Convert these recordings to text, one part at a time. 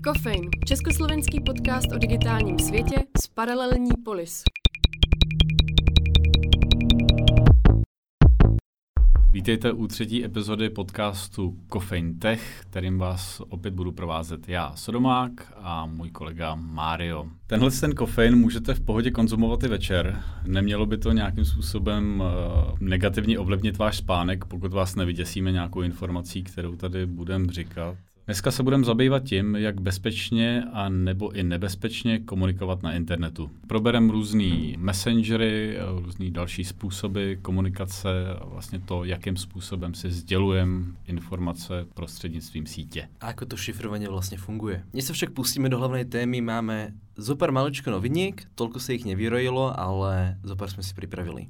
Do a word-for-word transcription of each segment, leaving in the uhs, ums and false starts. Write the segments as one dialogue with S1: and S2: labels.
S1: Kofein, československý podcast o digitálním světě z Paralelní polis.
S2: Vítejte u třetí epizody podcastu Kofein Tech, kterým vás opět budu provázet já, Sodomák, a můj kolega Mário. Tenhle ten kofein můžete v pohodě konzumovat i večer. Nemělo by to nějakým způsobem uh, negativně ovlivnit váš spánek, pokud vás nevyděsíme nějakou informací, kterou tady budeme říkat. Dneska se budeme zabývat tím, jak bezpečně a nebo i nebezpečně komunikovat na internetu. Probereme různý messengery, různý další způsoby komunikace a vlastně to, jakým způsobem si sdělujeme informace prostřednictvím sítě.
S3: A ako to šifrovanie vlastne funguje. Dnes sa však pustíme do hlavnej témy, máme zopár maličko noviniek, toľko sa ich nevyrojilo, ale zopár sme si pripravili.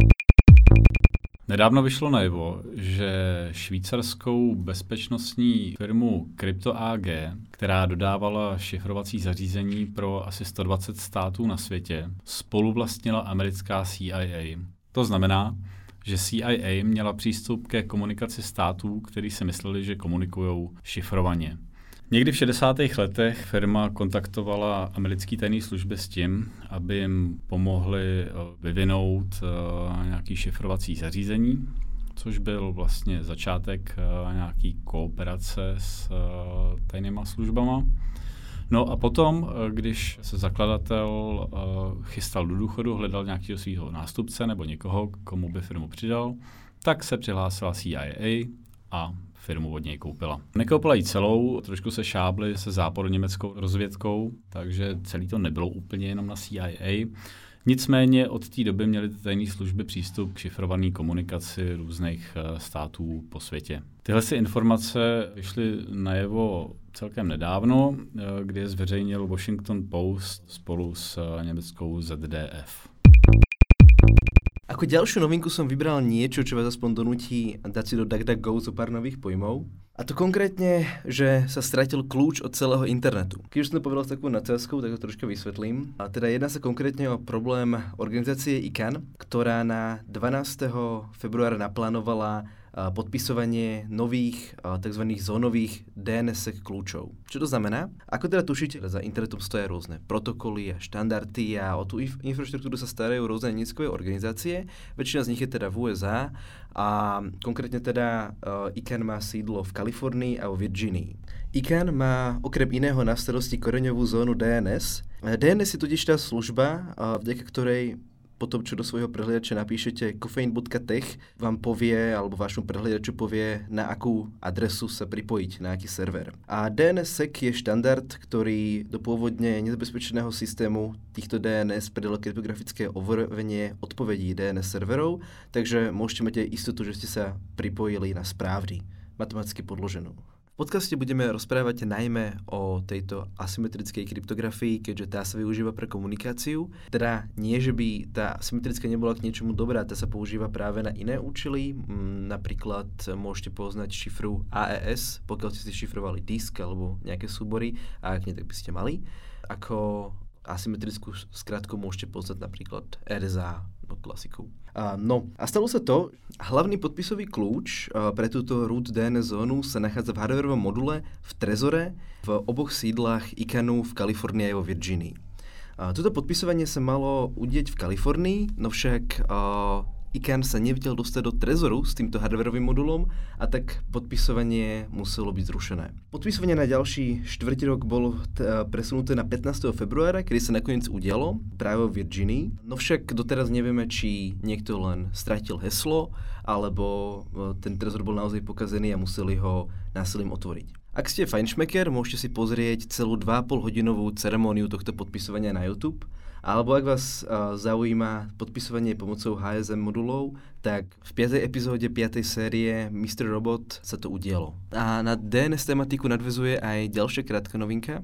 S2: Nedávno vyšlo najevo, že švýcarskou bezpečnostní firmu CryptoAG, která dodávala šifrovací zařízení pro asi sto dvacet států na světě, spoluvlastnila americká C I A. To znamená, že C I A měla přístup ke komunikaci států, který si mysleli, že komunikují šifrovaně. Někdy v šedesátých letech firma kontaktovala americké tajné služby s tím, aby jim pomohli vyvinout nějaké šifrovací zařízení, což byl vlastně začátek nějaké kooperace s tajnýma službama. No a potom, když se zakladatel chystal do důchodu, hledal nějakého svého nástupce nebo někoho, komu by firmu přidal, tak se přihlásila C I A a firmu od něj koupila. Nekoupila ji celou, trošku se šábli se západoněmeckou rozvědkou, takže celý to nebylo úplně jenom na C I A. Nicméně od té doby měly tajné služby přístup k šifrované komunikaci různých států po světě. Tyhle si informace vyšly najevo celkem nedávno, kdy je zveřejnil Washington Post spolu s německou Z D F.
S3: Ako ďalšiu novinku som vybral niečo, čo vás aspoň donúti dať si do DuckDuckGo zo pár nových pojmov. A to konkrétne, že sa stratil kľúč od celého internetu. Keď už som to povedal s takovou nadsázkou, tak to troška vysvetlím. A teda jedná sa konkrétne o problém organizácie I C A N, ktorá na dvanásteho februára naplánovala podpisovanie nových tzv. Zónových D N S kľúčov. Čo to znamená? Ako teda tušíte, za internetom stoja rôzne protokoly a štandardy a o tú inf- infraštruktúru sa starajú rôzne neziskové organizácie. Väčšina z nich je teda v U S A a konkrétne teda uh, I C A N má sídlo v Kalifornii a vo Virginii. I C A N má okrem iného na starosti koreňovú zónu D N S. D N S je totiž tá služba, uh, vďaka ktorej potom, čo do svojho prehliadača napíšete kofein bodka tech, vám povie, alebo vášmu prehliadaču povie, na akú adresu sa pripojiť, na aký server. A D N S S E C je štandard, ktorý do pôvodne nezabezpečeného systému týchto D N S pridalo kryptografické overenie odpovedí D N S serverov, takže môžete mať aj istotu, že ste sa pripojili na správny, matematicky podloženú. V podcaste budeme rozprávať najmä o tejto asymetrickej kryptografii, keďže tá sa využíva pre komunikáciu. Teda nie, že by tá asymetrická nebola k niečomu dobrá, tá sa používa práve na iné účely. Napríklad môžete poznať šifru A E S, pokiaľ ste si šifrovali disk alebo nejaké súbory, a ak nie, tak by ste mali. Ako asymetrickú skratku môžete poznať napríklad R S A, no klasikou. Uh, no a stalo sa to, hlavný podpisový kľúč uh, pre túto root D N S zónu sa nachádza v hardwareovom module v Trezore v oboch sídlach I C A N-u v Kalifornii a vo Virginii. Uh, toto podpisovanie sa malo udieť v Kalifornii, no však uh, I C A N sa nevedel dostať do Trezoru s týmto hardwareovým modulom a tak podpisovanie muselo byť zrušené. Podpisovanie na ďalší štvrť rok bolo t- presunuté na pätnásteho februára, kedy sa nakoniec udialo práve v Virginii. No však doteraz nevieme, či niekto len stratil heslo, alebo ten Trezor bol naozaj pokazený a museli ho násilím otvoriť. Ak ste fajnšmeker, môžete si pozrieť celú dva a pol hodinovú ceremóniu tohto podpisovania na YouTube. Alebo ak vás uh, zaujíma podpisovanie pomocou H S M modulov, tak v piatej epizóde piatej série mister Robot sa to udialo. A na D N S tematiku nadväzuje aj ďalšia krátka novinka.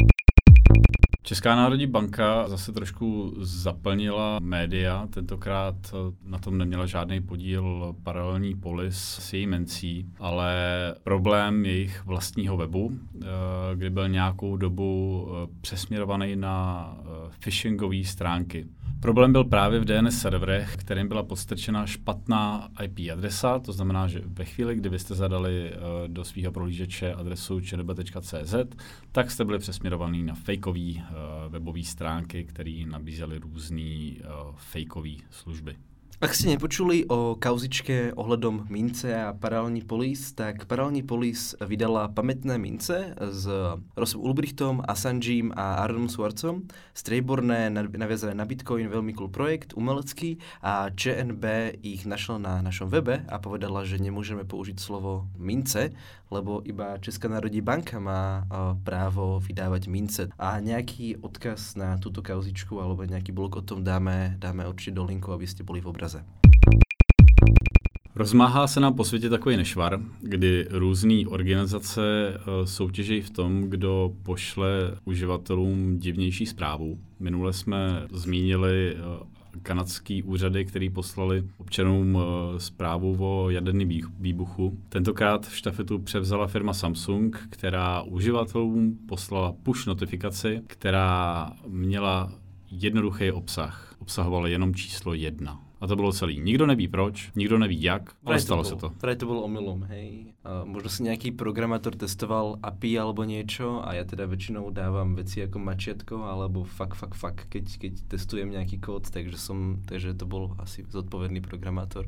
S2: Česká národní banka zase trošku zaplnila média, tentokrát na tom neměla žádný podíl Paralelní polis s její mencí, ale problém jejich vlastního webu, kdy byl nějakou dobu přesměrovaný na phishingové stránky. Problém byl právě v D N S serverech, kterým byla podstrčena špatná I P adresa, to znamená, že ve chvíli, kdy byste zadali uh, do svého prohlížeče adresu č n b tečka c z, tak jste byli přesměrovaní na fakeové uh, webové stránky, které nabízely různé uh, fakeové služby.
S3: Ak ste nepočuli o kauzičke ohľadom mince a Parallelní polis, tak Parallelní polis vydala pamätné mince s Rossom Ulbrichtom, Assangem a Aaronom Swartzom. Strayborné naviazané na Bitcoin, veľmi cool projekt, umelecký, a Č N B ich našla na našom webe a povedala, že nemôžeme použiť slovo mince, lebo iba Česká národní banka má právo vydávať mince. A nejaký odkaz na túto kauzičku alebo nejaký blog o tom dáme, dáme určite do linku, aby ste boli v obraze.
S2: Rozmáhá se nám po světě takový nešvar, kdy různé organizace soutěží v tom, kdo pošle uživatelům divnější zprávu. Minule jsme zmínili kanadský úřady, který poslali občanům zprávu o jaderném výbuchu. Tentokrát štafetu převzala firma Samsung, která uživatelům poslala push notifikaci, která měla jednoduchý obsah. Obsahovala jenom číslo jedna. A to bylo celý. Nikdo neví proč, nikdo neví jak, ale stalo
S3: to
S2: se to.
S3: Práve to bolo omylom, hej. A možno si nejaký programátor testoval á pé í alebo niečo a ja teda väčšinou dávam veci ako mačiatko alebo fuck, fuck, fuck, keď, keď testujem nejaký kód, takže som, takže to bol asi zodpovedný programátor.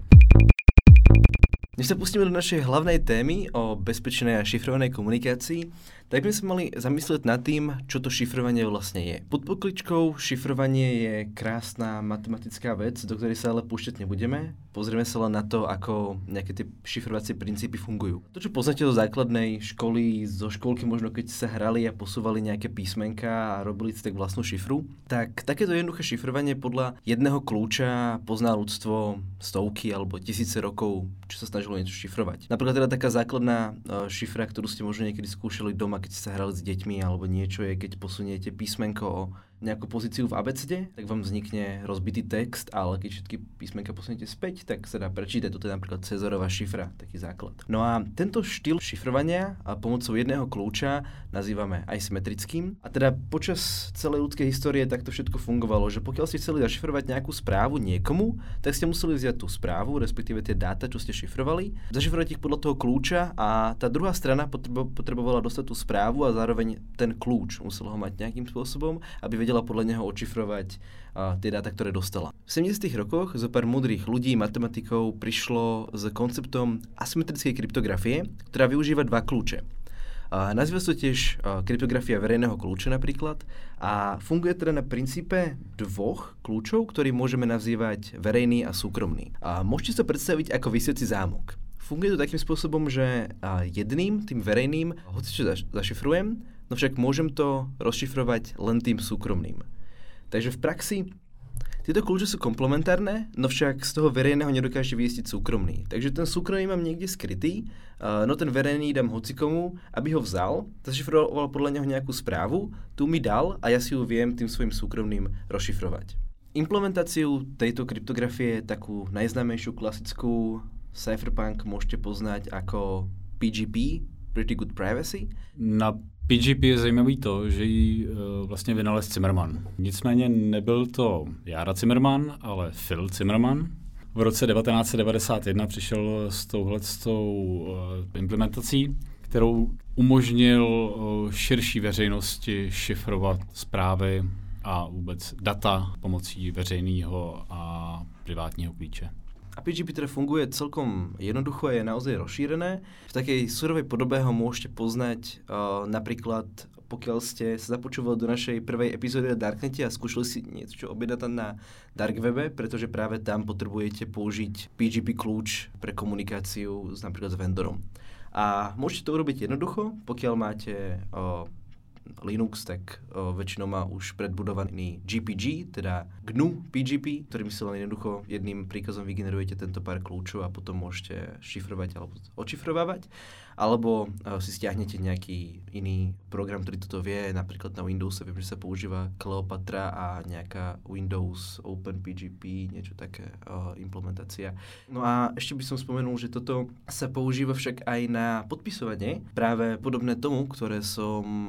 S3: Než sa pustíme do našej hlavnej témy o bezpečnej a šifrovanej komunikácii, tak by sme mali zamyslieť nad tým, čo to šifrovanie vlastne je. Pod pokličkou šifrovanie je krásna matematická vec, do ktorej sa ale púšťať nebudeme. Pozrieme sa len na to, ako nejaké tie šifrovacie princípy fungujú. To, čo poznáte zo základnej školy, zo školky možno keď sa hrali a posúvali nejaké písmenka a robili si tak vlastnú šifru, tak takéto jednoduché šifrovanie podľa jedného kľúča pozná ľudstvo stovky alebo tisíce rokov, čo sa snažilo niečo šifrovať. Napríklad teda taká základná uh, šifra, ktorú ste možno niekedy skúšali doma, keď ste sa hrali s deťmi, alebo niečo je, keď posuniete písmenko o nejakú pozíciu v abecede, tak vám vznikne rozbitý text, ale keď všetky písmenka posuniete späť, tak sa dá prečítať. Toto je napríklad Cezarová šifra, taký základ. No a tento štýl šifrovania a pomocou jedného kľúča nazývame asymetrickým. A teda počas celej ľudskej histórie takto všetko fungovalo, že pokiaľ ste chceli zašifrovať nejakú správu niekomu, tak ste museli vziať tú správu, respektíve tie dáta, čo ste šifrovali, zašifrovať ich podľa toho kľúča a tá druhá strana potrebo- potrebovala dostať tú správu a zároveň ten kľúč musela ho mať nejakým spôsobom, aby vedela podľa neho odšifrovať uh, tie dáta, ktoré dostala. V sedemdesiatych rokoch zo pár múdrych ľudí, matematikov prišlo s konceptom asymetrickej kryptografie, ktorá využíva dva kľúče. Uh, nazýva sa to tiež uh, kryptografia verejného kľúča napríklad a funguje teda na princípe dvoch kľúčov, ktorý môžeme nazývať verejný a súkromný. A môžete sa predstaviť ako visiaci zámok. Funguje to takým spôsobom, že uh, jedným, tým verejným, hoci čo zaš- zašifrujem, no však môžem to rozšifrovať len tým súkromným. Takže v praxi tieto kľúče sú komplementárne, no však z toho verejného nedokáže vyjistiť súkromný. Takže ten súkromný mám niekde skrytý, no ten verejný dám hocikomu, aby ho vzal, zašifroval podľa neho nejakú správu, tu mi dal a ja si ju viem tým svojim súkromným rozšifrovať. Implementáciu tejto kryptografie, takú najznámejšiu klasickú cypherpunk môžete poznať ako P G P, Pretty Good Privacy.
S2: Na P G P je zajímavý to, že ji uh, vlastně vynalez Zimmermann. Nicméně nebyl to Jára Zimmermann, ale Phil Zimmermann. V roce devatenáct set devadesát jedna přišel s touhletou uh, implementací, kterou umožnil uh, širší veřejnosti šifrovat zprávy a vůbec data pomocí veřejného a privátního klíče.
S3: A P G P teda funguje celkom jednoducho a je naozaj rozšírené. V takej surovej podobe ho môžete poznať uh, napríklad, pokiaľ ste sa započúvali do našej prvej epizódy na Darknete a skúšali si niečo objednať na Darkwebe, pretože práve tam potrebujete použiť P G P kľúč pre komunikáciu s, napríklad s vendorom. A môžete to urobiť jednoducho, pokiaľ máte uh, Linux, tak o, väčšinou má už predbudovaný G P G, teda G N U P G P, ktorým si len jednoducho jedným príkazom vygenerujete tento pár kľúčov a potom môžete šifrovať alebo odšifrovávať. Alebo o, si stiahnete nejaký iný program, ktorý toto vie, napríklad na Windowse viem, že sa používa Cleopatra a nejaká Windows Open P G P, niečo také o, implementácia. No a ešte by som spomenul, že toto sa používa však aj na podpisovanie, práve podobné tomu, ktoré som spomínal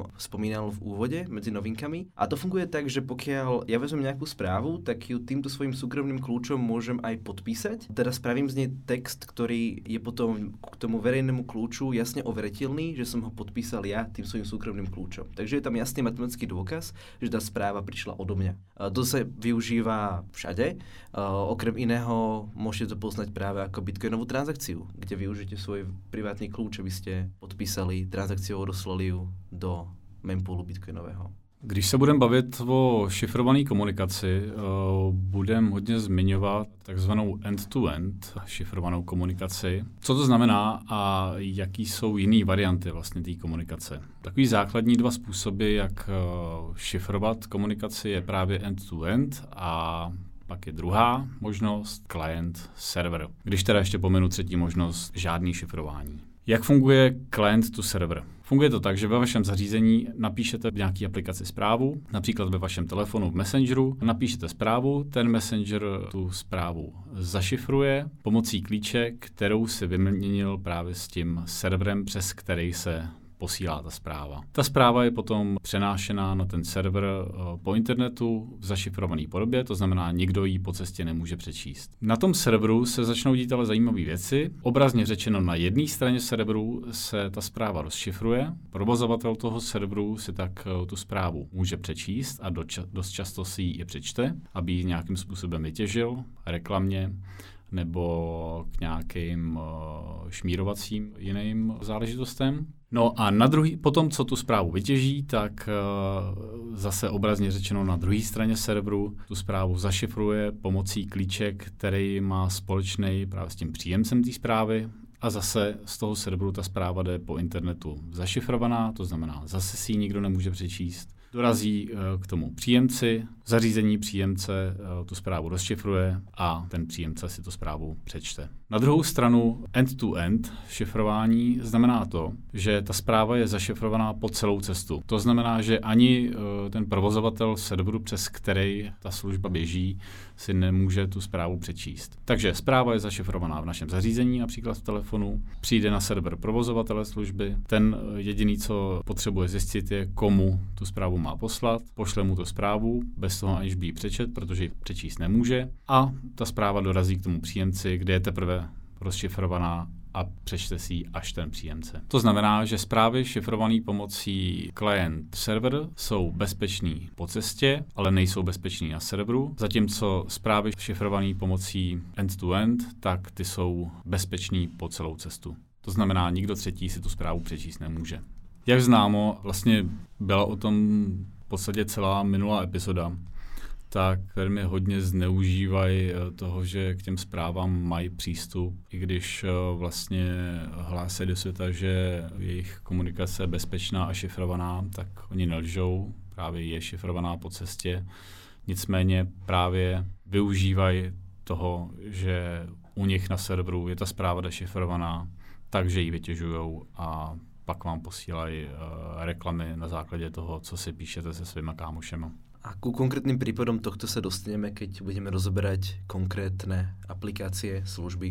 S3: spomínal v úvode medzi novinkami. A to funguje tak, že pokiaľ ja vezmem nejakú správu, tak ju týmto svojím súkromným kľúčom môžem aj podpísať. Teda spravím z nej text, ktorý je potom k tomu verejnému kľúču jasne overiteľný, že som ho podpísal ja tým svojím súkromným kľúčom. Takže je tam jasný matematický dôkaz, že tá správa prišla odo mňa. A to sa využíva všade. A okrem iného môžete to poznať práve ako bitcoinovú transakciu, kde využijete svoj privátny kľúč, aby ste podpísali transakciu, odoslali ju do mempoolu bitcoinového.
S2: Když se budeme bavit o šifrované komunikaci, uh, budeme hodně zmiňovat takzvanou end-to-end šifrovanou komunikaci. Co to znamená a jaký jsou jiné varianty vlastně té komunikace? Takový základní dva způsoby, jak uh, šifrovat komunikaci, je právě end-to-end a pak je druhá možnost client-server. Když teda ještě pominu třetí možnost, žádný šifrování. Jak funguje client to server? Funguje to tak, že ve vašem zařízení napíšete v nějaké aplikaci zprávu, například ve vašem telefonu v Messengeru, napíšete zprávu, ten Messenger tu zprávu zašifruje pomocí klíče, kterou si vyměnil právě s tím serverem, přes který se posílá ta zpráva. Ta zpráva je potom přenášená na ten server po internetu v zašifrované podobě, to znamená, nikdo ji po cestě nemůže přečíst. Na tom serveru se začnou dít ale zajímavé věci. Obrazně řečeno, na jedné straně serveru se ta zpráva rozšifruje, provozovatel toho serveru si tak tu zprávu může přečíst a dost často si ji přečte, aby ji nějakým způsobem vytěžil, reklamně, nebo k nějakým uh, šmírovacím jiným záležitostem. No a na druhý, potom, co tu zprávu vytěží, tak uh, zase obrazně řečeno na druhé straně serveru tu zprávu zašifruje pomocí klíče, který má společný právě s tím příjemcem té zprávy. A zase z toho serveru ta zpráva jde po internetu zašifrovaná, to znamená, zase si ji nikdo nemůže přečíst. Dorazí k tomu příjemci, zařízení příjemce tu zprávu rozšifruje a ten příjemce si tu zprávu přečte. Na druhou stranu end-to-end šifrování znamená to, že ta zpráva je zašifrovaná po celou cestu. To znamená, že ani ten provozovatel serveru, přes který ta služba běží, si nemůže tu zprávu přečíst. Takže zpráva je zašifrovaná v našem zařízení, například v telefonu, přijde na server provozovatele služby, ten jediný, co potřebuje zjistit, je, komu tu zprávu má poslat, pošle mu tu zprávu, bez toho aniž by ji přečet, protože ji přečíst nemůže, a ta zpráva dorazí k tomu příjemci, kde je teprve rozšifrovaná a přečte si ji až ten příjemce. To znamená, že zprávy šifrované pomocí client-server jsou bezpečný po cestě, ale nejsou bezpečný na serveru, zatímco zprávy šifrované pomocí end-to-end, tak ty jsou bezpečný po celou cestu. To znamená, nikdo třetí si tu zprávu přečíst nemůže. Jak známo, vlastně byla o tom v podstatě celá minulá epizoda, tak firmy hodně zneužívají toho, že k těm zprávám mají přístup, i když vlastně hlásí do světa, že jejich komunikace je bezpečná a šifrovaná, tak oni nelžou, právě je šifrovaná po cestě. Nicméně právě využívají toho, že u nich na serveru je ta zpráva dešifrovaná, takže ji vytěžujou a pak vám posílají uh, reklamy na základě toho, co si píšete se svýma kámošema.
S3: A ku konkrétnym prípadom tohto sa dostaneme, keď budeme rozoberať konkrétne aplikácie, služby.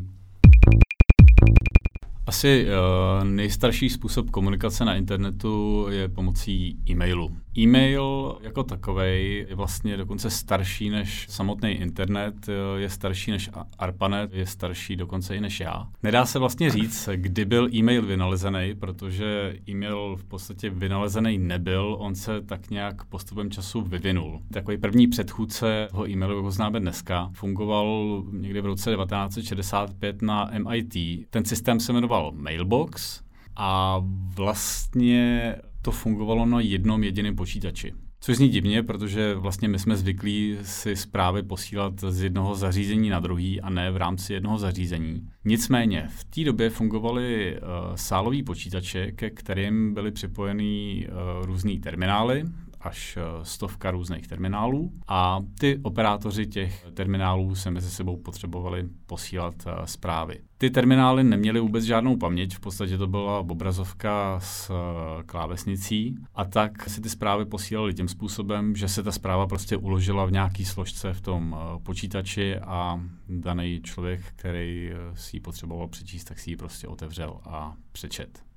S2: Asi uh, nejstarší způsob komunikace na internetu je pomocí e-mailu. E-mail jako takovej je vlastně dokonce starší než samotný internet, je starší než ARPANET, je starší dokonce i než já. Nedá se vlastně říct, kdy byl e-mail vynalezený, protože e-mail v podstatě vynalezený nebyl, on se tak nějak postupem času vyvinul. Takový první předchůdce toho e-mailu, jak ho známe dneska, fungoval někdy v roce devatenáct set šedesát pět na M I T. Ten systém se jmenoval Mailbox a vlastně to fungovalo na jednom jediném počítači. Což zní divně, protože vlastně my jsme zvyklí si zprávy posílat z jednoho zařízení na druhý a ne v rámci jednoho zařízení. Nicméně v té době fungovaly uh, sálový počítače, ke kterým byly připojeny uh, různý terminály, až stovka různých terminálů, a ty operátoři těch terminálů se mezi sebou potřebovali posílat uh, zprávy. Ty terminály neměly vůbec žádnou paměť, v podstatě to byla obrazovka s uh, klávesnicí, a tak si ty zprávy posílali tím způsobem, že se ta zpráva prostě uložila v nějaký složce v tom uh, počítači a daný člověk, který uh, si ji potřeboval přečíst, tak si ji prostě otevřel a přečet.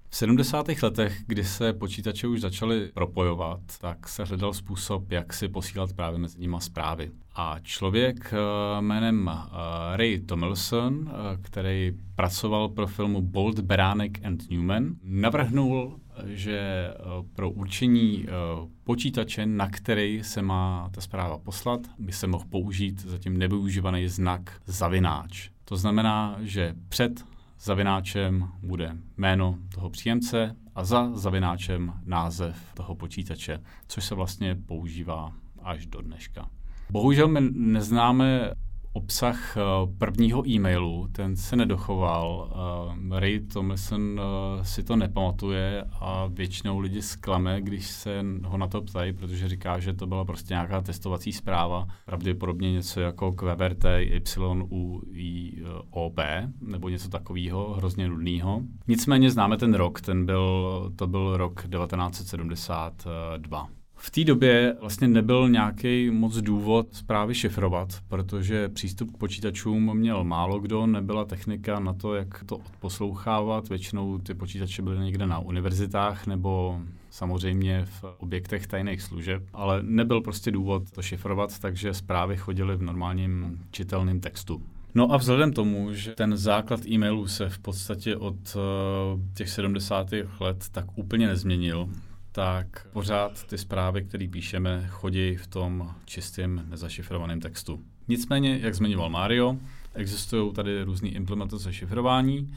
S2: V sedmdesátých letech, kdy se počítače už začaly propojovat, tak se hledal způsob, jak si posílat právě mezi nimi zprávy. A člověk jménem Ray Tomlinson, který pracoval pro filmu Bolt, Beránek and Newman, navrhnul, že pro určení počítače, na který se má ta zpráva poslat, by se mohl použít zatím nevyužívaný znak zavináč. To znamená, že před zavináčem bude jméno toho příjemce a za zavináčem název toho počítače, což se vlastně používá až do dneška. Bohužel my neznáme obsah prvního e-mailu, ten se nedochoval. Ray Tomlinson si to nepamatuje a většinou lidi zklame, když se ho na to ptají, protože říká, že to byla prostě nějaká testovací zpráva, pravděpodobně něco jako Q V R T Y U I O P nebo něco takového, hrozně nudného. Nicméně známe ten rok, ten byl, to byl rok devatenáct set sedmdesát dva. V té době vlastně nebyl nějaký moc důvod zprávy šifrovat, protože přístup k počítačům měl málo kdo, nebyla technika na to, jak to odposlouchávat. Většinou ty počítače byly někde na univerzitách nebo samozřejmě v objektech tajných služeb, ale nebyl prostě důvod to šifrovat, takže zprávy chodily v normálním čitelném textu. No a vzhledem tomu, že ten základ e-mailů se v podstatě od uh, těch sedmdesátých let tak úplně nezměnil, tak pořád ty zprávy, které píšeme, chodí v tom čistým nezašifrovaném textu. Nicméně, jak zmiňoval Mario, existují tady různé implementace šifrování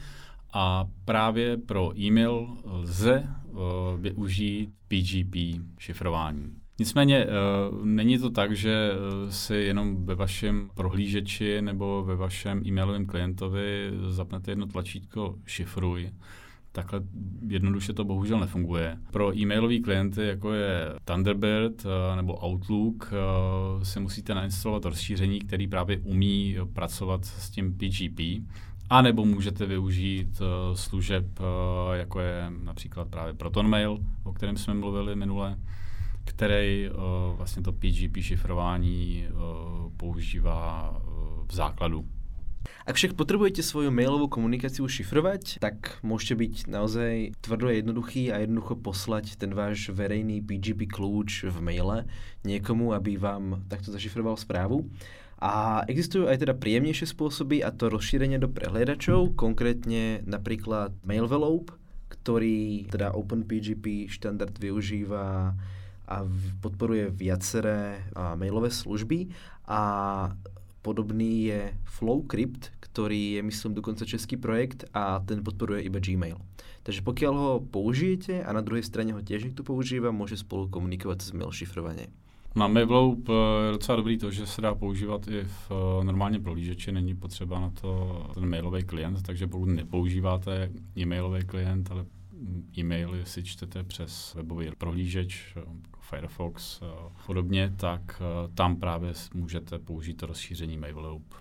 S2: a právě pro e-mail lze uh, využít P G P šifrování. Nicméně uh, není to tak, že uh, si jenom ve vašem prohlížeči nebo ve vašem e-mailovém klientovi zapnete jedno tlačítko šifruj. Takhle jednoduše to bohužel nefunguje. Pro e-mailové klienty, jako je Thunderbird uh, nebo Outlook, uh, si musíte nainstalovat rozšíření, který právě umí pracovat s tím P G P. A nebo můžete využít uh, služeb, uh, jako je například právě ProtonMail, o kterém jsme mluvili minule, který uh, vlastně to P G P šifrování uh, používá uh, v základu.
S3: Ak však potrebujete svoju mailovú komunikáciu šifrovať, tak môžete byť naozaj tvrdo jednoduchý a jednoducho poslať ten váš verejný P G P kľúč v maile niekomu, aby vám takto zašifroval správu. A existujú aj teda príjemnejšie spôsoby, a to rozšírenie do prehliadačov, konkrétne napríklad Mailvelope, ktorý teda OpenPGP štandard využíva a podporuje viaceré mailové služby a podobný je FlowCrypt, ktorý je, myslím, dokonca český projekt a ten podporuje iba Gmail. Takže pokiaľ ho použijete a na druhej strane ho tiež niekto používa, môže spolu komunikovať z mail šifrovanie.
S2: Na Mailvelope je docela dobrý to, že se dá používat i v normálně prohlížeči, není potřeba na to ten mailový klient, takže pokud nepoužíváte e-mailový klient, ale e-maily si čtete přes webový prohlížeč, Firefox a podobně, tak tam právě můžete použít to rozšíření Mailvelope.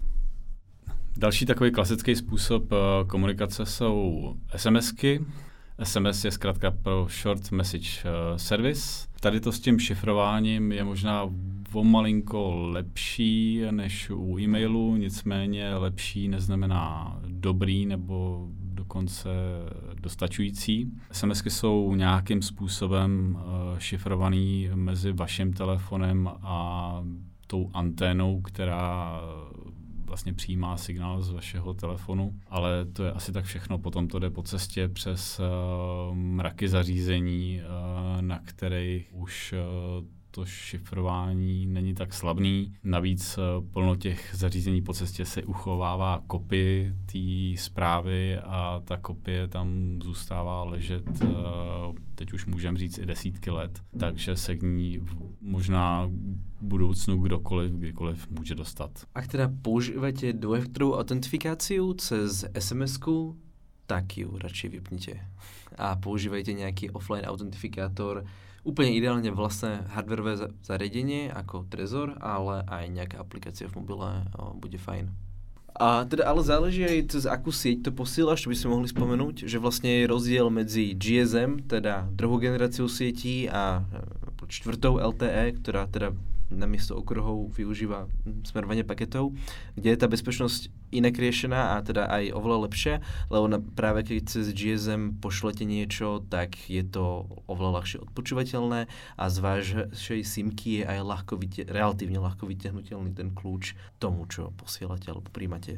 S2: Další takový klasický způsob komunikace jsou SMSky. S M S je zkrátka pro Short Message Service. Tady to s tím šifrováním je možná o malinko lepší než u e-mailu, nicméně lepší neznamená dobrý nebo dokonce dostačující. SMSky jsou nějakým způsobem šifrovaný mezi vaším telefonem a tou anténou, která vlastně přijímá signál z vašeho telefonu, ale to je asi tak všechno. Potom to jde po cestě přes uh, mraky zařízení, uh, na kterých už uh, to šifrování není tak slabný. Navíc uh, plno těch zařízení po cestě se uchovává kopie té zprávy a ta kopie tam zůstává ležet, uh, teď už můžeme říct i desítky let, takže se k ní možná v budoucnu kdokoliv, kdykoliv může dostat. Ak
S3: teda používate dvojfaktorovú autentifikáciu cez es em esku, tak ju radšej vypnite. A používajte nejaký offline autentifikátor, úplne ideálne vlastné hardwareové zariadenie ako Trezor, ale aj nejaká aplikácia v mobile o, bude fajn. A teda ale záleží aj cez akú sieť to posílaš, čo by sme mohli spomenúť, že vlastne je rozdiel medzi G S M, teda druhou generáciou sietí a štvrtou L T E, ktorá teda namiesto okruhov využíva smerovanie paketov, kde je tá bezpečnosť inak riešená a teda aj oveľa lepšia, lebo na, práve keď cez G S M pošlete niečo, tak je to oveľa ľahšie odpočúvateľné a z vašej simky je aj ľahko vyte- relatívne ľahko vytiahnutelný ten kľúč tomu, čo posielate alebo príjmate.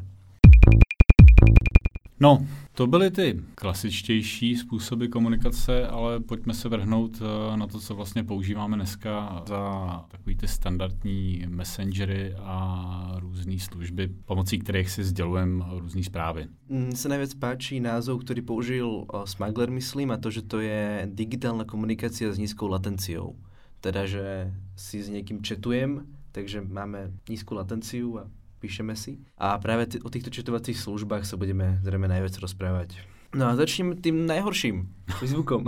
S2: No, to byly ty klasičtější způsoby komunikace, ale pojďme se vrhnout na to, co vlastně používáme dneska za takový ty standardní messengery a různé služby, pomocí kterých si sdělujeme různé zprávy.
S3: Mne sa najviac páči názov, ktorý použil Smuggler, myslím, a to, že to je digitálna komunikácia s nízkou latenciou. Teda, že si s niekým četujem, takže máme nízku latenciu a píšeme si. A práve t- o týchto četovacích službách sa budeme zrejme najviac rozprávať. No a začneme tým najhorším, Facebookom.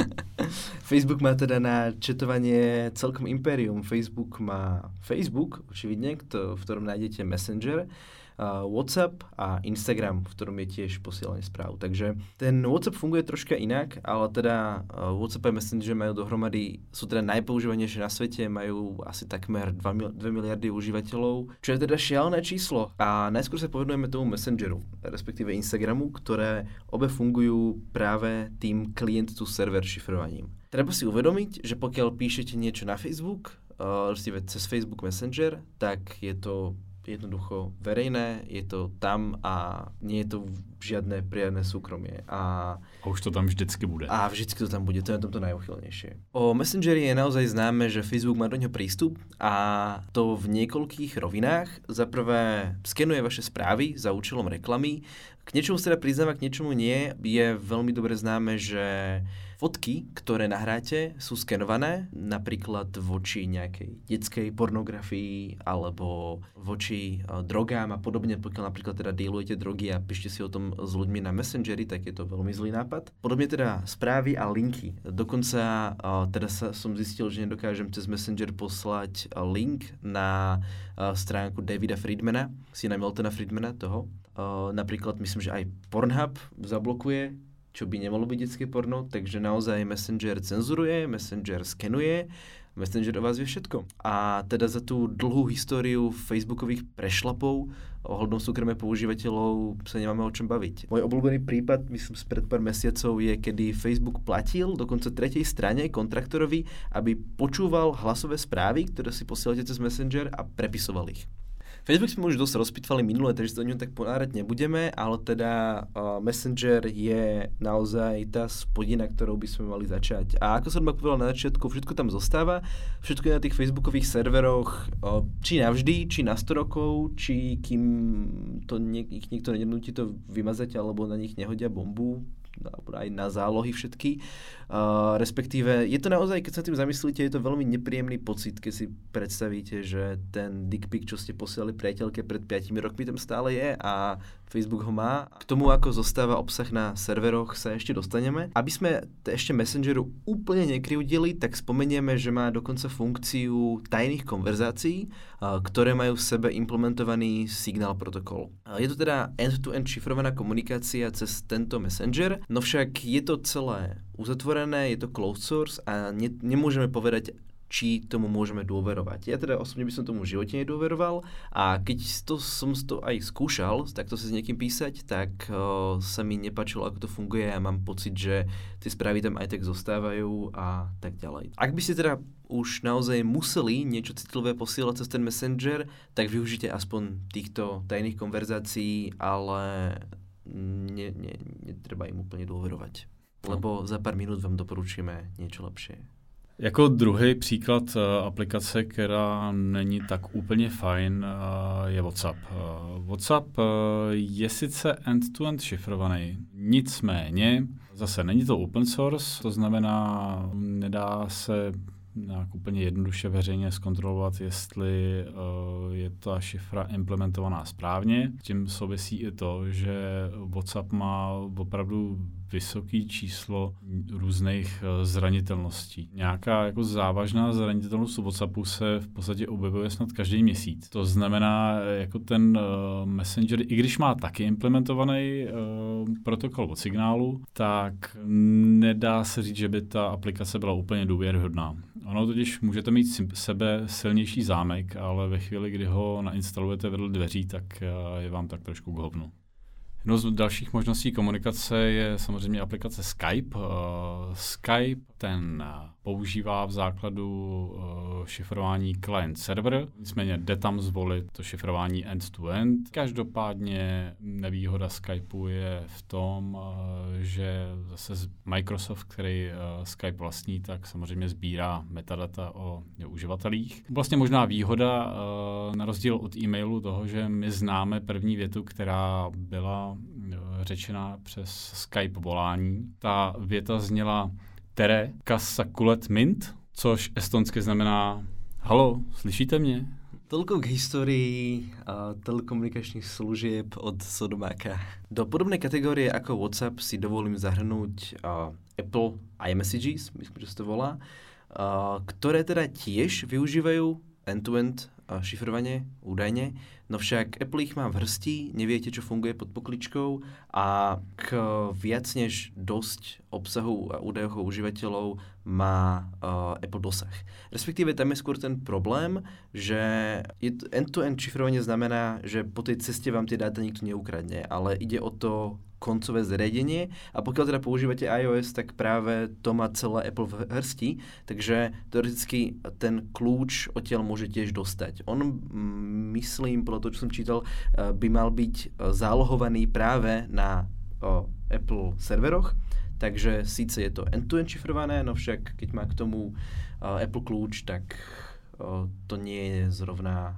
S3: Facebook má teda na četovanie celkom impérium. Facebook má Facebook, očividne, kto, v ktorom nájdete Messenger, uh, WhatsApp a Instagram, v ktorom je tiež posielanie správ. Takže ten WhatsApp funguje troška inak, ale teda uh, WhatsApp a Messenger majú dohromady, sú teda najpoužívanejšie na svete, majú asi takmer dva miliardy užívateľov, čo je teda šialené číslo. A najskôr sa povedujeme tomu Messengeru, respektíve Instagramu, ktoré obe fungujú práve tým klient to server šifrovaním. Treba si uvedomiť, že pokiaľ píšete niečo na Facebook, uh, cez Facebook Messenger, tak je to jednoducho verejné, je to tam a nie je to žiadne priadne súkromie. A,
S2: a už to tam vždycky bude.
S3: A vždycky to tam bude, to je na tomto najuchylnejšie. O Messengeri je naozaj známe, že Facebook má do ňoho prístup a to v niekoľkých rovinách. Za prvé skenuje vaše správy za účelom reklamy. K niečomu sa teda priznáva, k niečomu nie. Je veľmi dobre známe, že fotky, ktoré nahráte, sú skenované napríklad voči nejakej detskej pornografii alebo voči uh, drogám a podobne. Pokiaľ napríklad teda dealujete drogy a píšte si o tom s ľuďmi na Messengeri, tak je to veľmi zlý nápad. Podobne teda správy a linky. Dokonca uh, teda sa, som zistil, že nedokážem cez Messenger poslať uh, link na uh, stránku Davida Friedmana, syna Miltona Friedmana toho. Uh, napríklad myslím, že aj Pornhub zablokuje, čo by nemalo byť detské porno, takže naozaj Messenger cenzuruje, Messenger skenuje, Messenger o vás vie všetko. A teda za tú dlhú históriu facebookových prešlapov ohľadom súkromia používateľov sa nemáme o čom baviť. Môj obľúbený prípad, myslím, spred pár mesiacov je, kedy Facebook platil dokonca tretej strane kontraktorovi, aby počúval hlasové správy, ktoré si posielate cez Messenger a prepisoval ich. Facebook sme už dosť rozpitvali minule, takže sa do ňom tak ponárať nebudeme, ale teda uh, Messenger je naozaj tá spodina, ktorou by sme mali začať. A ako som ma povedal na začiatku, všetko tam zostáva, všetko je na tých facebookových serveroch, uh, či navždy, či na sto rokov, či kým to nie, ich niekto nenúti to vymazať, alebo na nich nehodia bombu, aj na zálohy všetky. Uh, respektíve, je to naozaj, keď sa tým zamyslíte, je to veľmi nepríjemný pocit, keď si predstavíte, že ten dick pic, čo ste posielali priateľke pred piatimi rokmi, tam stále je a Facebook ho má. K tomu, ako zostáva obsah na serveroch, sa ešte dostaneme. Aby sme ešte Messengeru úplne nekryvdili, tak spomenieme, že má dokonca funkciu tajných konverzácií, uh, ktoré majú v sebe implementovaný signál protokol. Uh, je to teda end-to-end šifrovaná komunikácia cez tento Messenger. No však je to celé uzatvorené, je to closed source a ne, nemôžeme povedať, či tomu môžeme dôverovať. Ja teda osobne by som tomu v živote nedôveroval a keď to, som to aj skúšal, takto si s niekým písať, tak uh, sa mi nepáčilo, ako to funguje a mám pocit, že tie správy tam aj tak zostávajú a tak ďalej. Ak by ste teda už naozaj museli niečo citlivé posielať cez ten Messenger, tak využite aspoň týchto tajných konverzácií, ale ne, ne, netreba im úplne dôverovať. Lebo za pár minút vám doporučíme niečo lepšie.
S2: Jako druhý příklad uh, aplikace, která není tak úplně fajn, uh, je WhatsApp. Uh, WhatsApp uh, je sice end-to-end šifrovaný, nicméně zase není to open source, to znamená, nedá se nějak úplně jednoduše veřejně zkontrolovat, jestli uh, je ta šifra implementovaná správně. S tím souvisí i to, že WhatsApp má opravdu vysoké číslo různých zranitelností. Nějaká jako závažná zranitelnost WhatsAppu se v podstatě objevuje snad každý měsíc. To znamená, jako ten uh, Messenger, i když má taky implementovaný uh, protokol od signálu, tak nedá se říct, že by ta aplikace byla úplně důvěryhodná. Ono totiž můžete mít sebe silnější zámek, ale ve chvíli, kdy ho nainstalujete vedle dveří, tak uh, je vám tak trošku k hovnu. Jednou z dalších možností komunikace je samozřejmě aplikace Skype. Uh, Skype ten používá v základu uh, šifrování client-server, nicméně jde tam zvolit to šifrování end-to-end. Každopádně nevýhoda Skypeu je v tom, uh, že zase Microsoft, který uh, Skype vlastní, tak samozřejmě sbírá metadata o uživatelích. Vlastně možná výhoda uh, na rozdíl od e-mailu toho, že my známe první větu, která byla řečena přes Skype volání. Ta věta zněla Tere kassa kulet mint, což estonsky znamená halo, slyšíte mě?
S3: Toľko k histórii uh, telekomunikačných služieb od Sodomáka. Do podobnej kategórie ako WhatsApp si dovolím zahrnúť uh, Apple iMessages, myslím, že sa to volá, uh, ktoré teda tiež využívajú end-to-end šifrovanie údajne, no však Apple ich má v hrsti, neviete, čo funguje pod pokličkou a k viac než dosť obsahu a údajov užívateľov má uh, Apple dosah. Respektíve tam je skôr ten problém, že end-to-end šifrovanie znamená, že po tej ceste vám tie dáta nikto neukradne, ale ide o to koncové zariadenie a pokiaľ teda používate iOS, tak práve to má celé Apple v hrsti, takže teoreticky ten kľúč odtiaľ môže tiež dostať. On, myslím, podľa toho, čo som čítal, by mal byť zálohovaný práve na o, Apple serveroch, takže síce je to end-to-end šifrované, no však keď má k tomu o, Apple kľúč, tak o, to nie je zrovna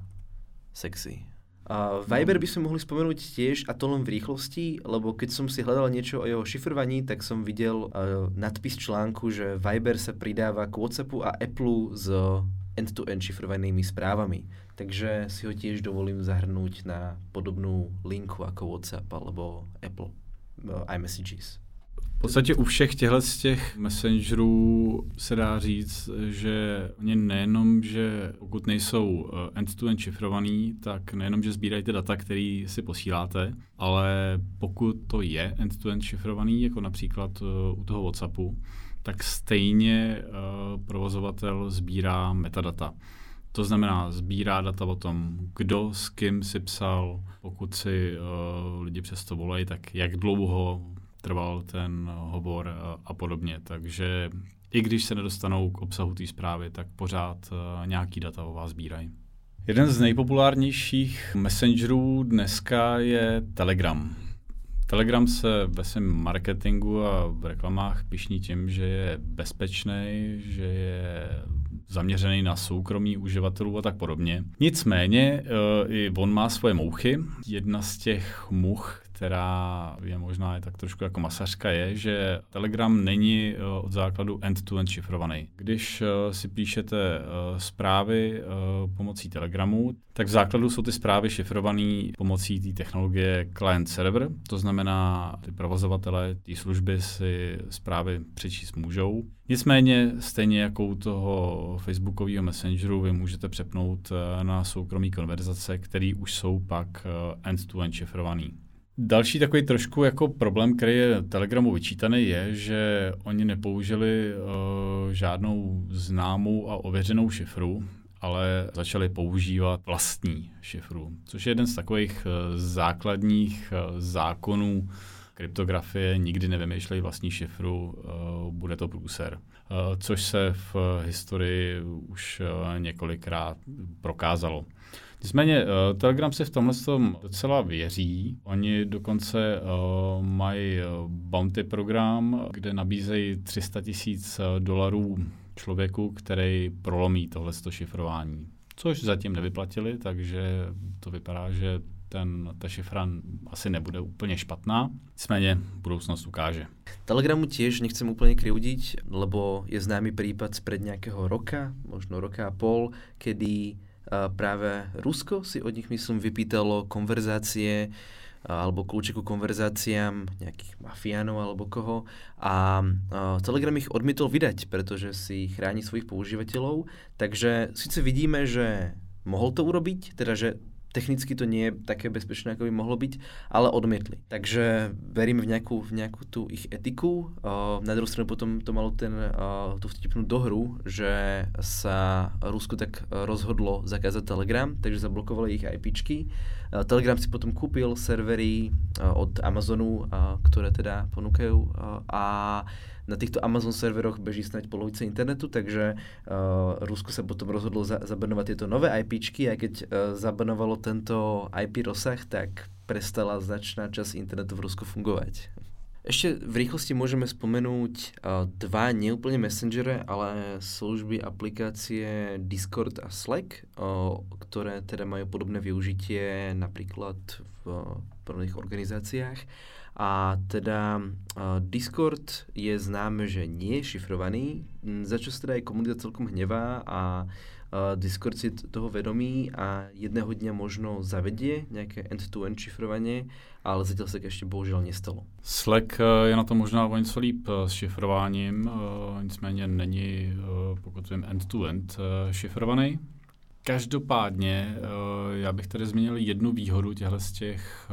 S3: sexy. Uh, Viber by sme mohli spomenúť tiež, a to len v rýchlosti, lebo keď som si hľadal niečo o jeho šifrovaní, tak som videl uh, nadpis článku, že Viber sa pridáva k WhatsAppu a Apple s end-to-end šifrovanými správami. Takže si ho tiež dovolím zahrnúť na podobnú linku ako WhatsApp alebo Apple uh, iMessages.
S2: V podstatě u všech těchto z těch messengerů se dá říct, že oni nejenom, že pokud nejsou end-to-end šifrovaný, tak nejenom, že sbírají ty data, které si posíláte, ale pokud to je end-to-end šifrovaný, jako například u toho WhatsAppu, tak stejně uh, provozovatel sbírá metadata. To znamená, sbírá data o tom, kdo s kým si psal, pokud si uh, lidi přesto volají, tak jak dlouho trval ten hovor a podobně. Takže i když se nedostanou k obsahu té zprávy, tak pořád nějaký data o vás sbírají. Jeden z nejpopulárnějších messengerů dneska je Telegram. Telegram se ve svém marketingu a v reklamách pyšní tím, že je bezpečný, že je zaměřený na soukromí uživatelů a tak podobně. Nicméně i on má svoje mouchy. Jedna z těch much, která je možná je tak trošku jako masařka, je, že Telegram není od základu end-to-end šifrovaný. Když si píšete zprávy pomocí Telegramu, tak v základu jsou ty zprávy šifrované pomocí té technologie client-server, to znamená, ty provozovatelé té služby si zprávy přečíst můžou. Nicméně stejně jako u toho facebookového messengeru vy můžete přepnout na soukromí konverzace, které už jsou pak end-to-end šifrovaný. Další takový trošku jako problém, který je Telegramu vyčítaný, je, že oni nepoužili uh, žádnou známou a ověřenou šifru, ale začali používat vlastní šifru, což je jeden z takových uh, základních uh, zákonů kryptografie. Nikdy nevymýšlej vlastní šifru, uh, bude to průser. Uh, což se v uh, historii už uh, několikrát prokázalo. Nicméně uh, Telegram si v tomhle tom docela věří. Oni dokonce uh, mají bounty program, kde nabízejí tři sta tisíc dolarů člověku, který prolomí tohleto šifrování. Což zatím nevyplatili, takže to vypadá, že ten, ta šifra asi nebude úplně špatná. Nicméně budoucnost ukáže.
S3: Telegramu tiež nechcem úplne krivdiť, lebo je známy prípad spred nejakého roka, možno roka a pol, kedy Uh, práve Rusko si od nich, myslím, vypýtalo konverzácie alebo kľúče ku konverzáciám nejakých mafiánov alebo koho a Telegram ich odmietol vydať, pretože si chráni svojich používateľov. Takže síce vidíme, že mohol to urobiť, teda že technicky to nie je také bezpečné, ako by mohlo byť, ale odmietli. Takže veríme v nejakú, v nejakú tú ich etiku. Uh, na druhú stranu potom to malo ten, uh, tú vtipnú dohru, že sa Rusko tak rozhodlo zakázať Telegram, takže zablokovali ich IPčky. Uh, Telegram si potom kúpil servery uh, od Amazonu, uh, ktoré teda ponúkajú uh, a na týchto Amazon serveroch beží snáď polovica internetu, takže uh, Rusko sa potom rozhodlo za, zabanovať tieto nové IPčky a keď uh, zabanovalo tento í pé rozsah, tak prestala značná časť internetu v Rusku fungovať. Ešte v rýchlosti môžeme spomenúť uh, dva neúplne messengere, ale služby aplikácie Discord a Slack, uh, ktoré teda majú podobné využitie napríklad v uh, podobných organizáciách. A teda uh, Discord je známe, že nie je šifrovaný, za čo sa teda aj komunita celkom hnevá a uh, Discord si t- toho vedomí a jedného dňa možno zavedie nejaké end-to-end šifrovanie, ale zatiaľ sa ešte bohužiaľ nestalo.
S2: Slack je na to možná o něco líp s šifrováním, uh, nicméně není, uh, pokud vím, end-to-end uh, šifrovaný. Každopádně, já bych tady zmínil jednu výhodu těchto z těch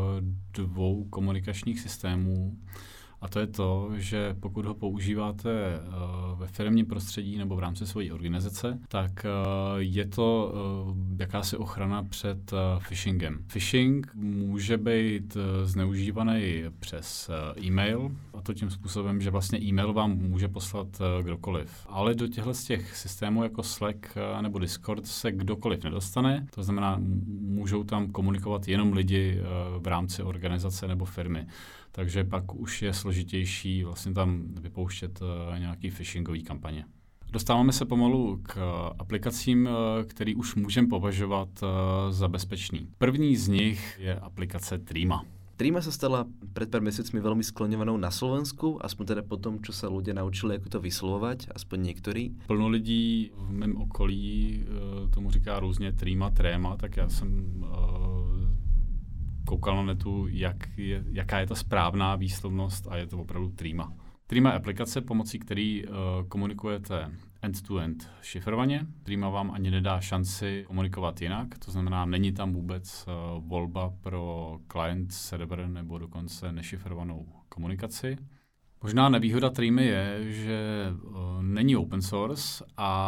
S2: dvou komunikačních systémů, a to je to, že pokud ho používáte ve firmním prostředí nebo v rámci své organizace, tak je to jakási ochrana před phishingem. Phishing může být zneužívaný přes e-mail, a to tím způsobem, že vlastně e-mail vám může poslat kdokoliv. Ale do těchto z těch systémů jako Slack nebo Discord se kdokoliv nedostane, to znamená, můžou tam komunikovat jenom lidi v rámci organizace nebo firmy. Takže pak už je složitější vlastně tam vypouštět uh, nějaký phishingový kampaně. Dostáváme se pomalu k uh, aplikacím, uh, které už můžeme považovat uh, za bezpečný. První z nich je aplikace Threema.
S3: Threema sa stala pred pár mesiacmi veľmi skloňovanou na Slovensku, aspoň teda po tom, čo sa ľudia naučili, ako to vyslovovať, aspoň niektorí.
S2: Plno lidí v mém okolí uh, tomu říká různě Threema, Tréma, tak já jsem uh, koukal na netu, jak je, jaká je ta správná výslovnost a je to opravdu Threema. Threema je aplikace, pomocí který uh, komunikujete end-to-end šifrovaně. Threema vám ani nedá šanci komunikovat jinak, to znamená, není tam vůbec uh, volba pro client, server nebo dokonce nešifrovanou komunikaci. Možná nevýhoda Threemy je, že uh, není open source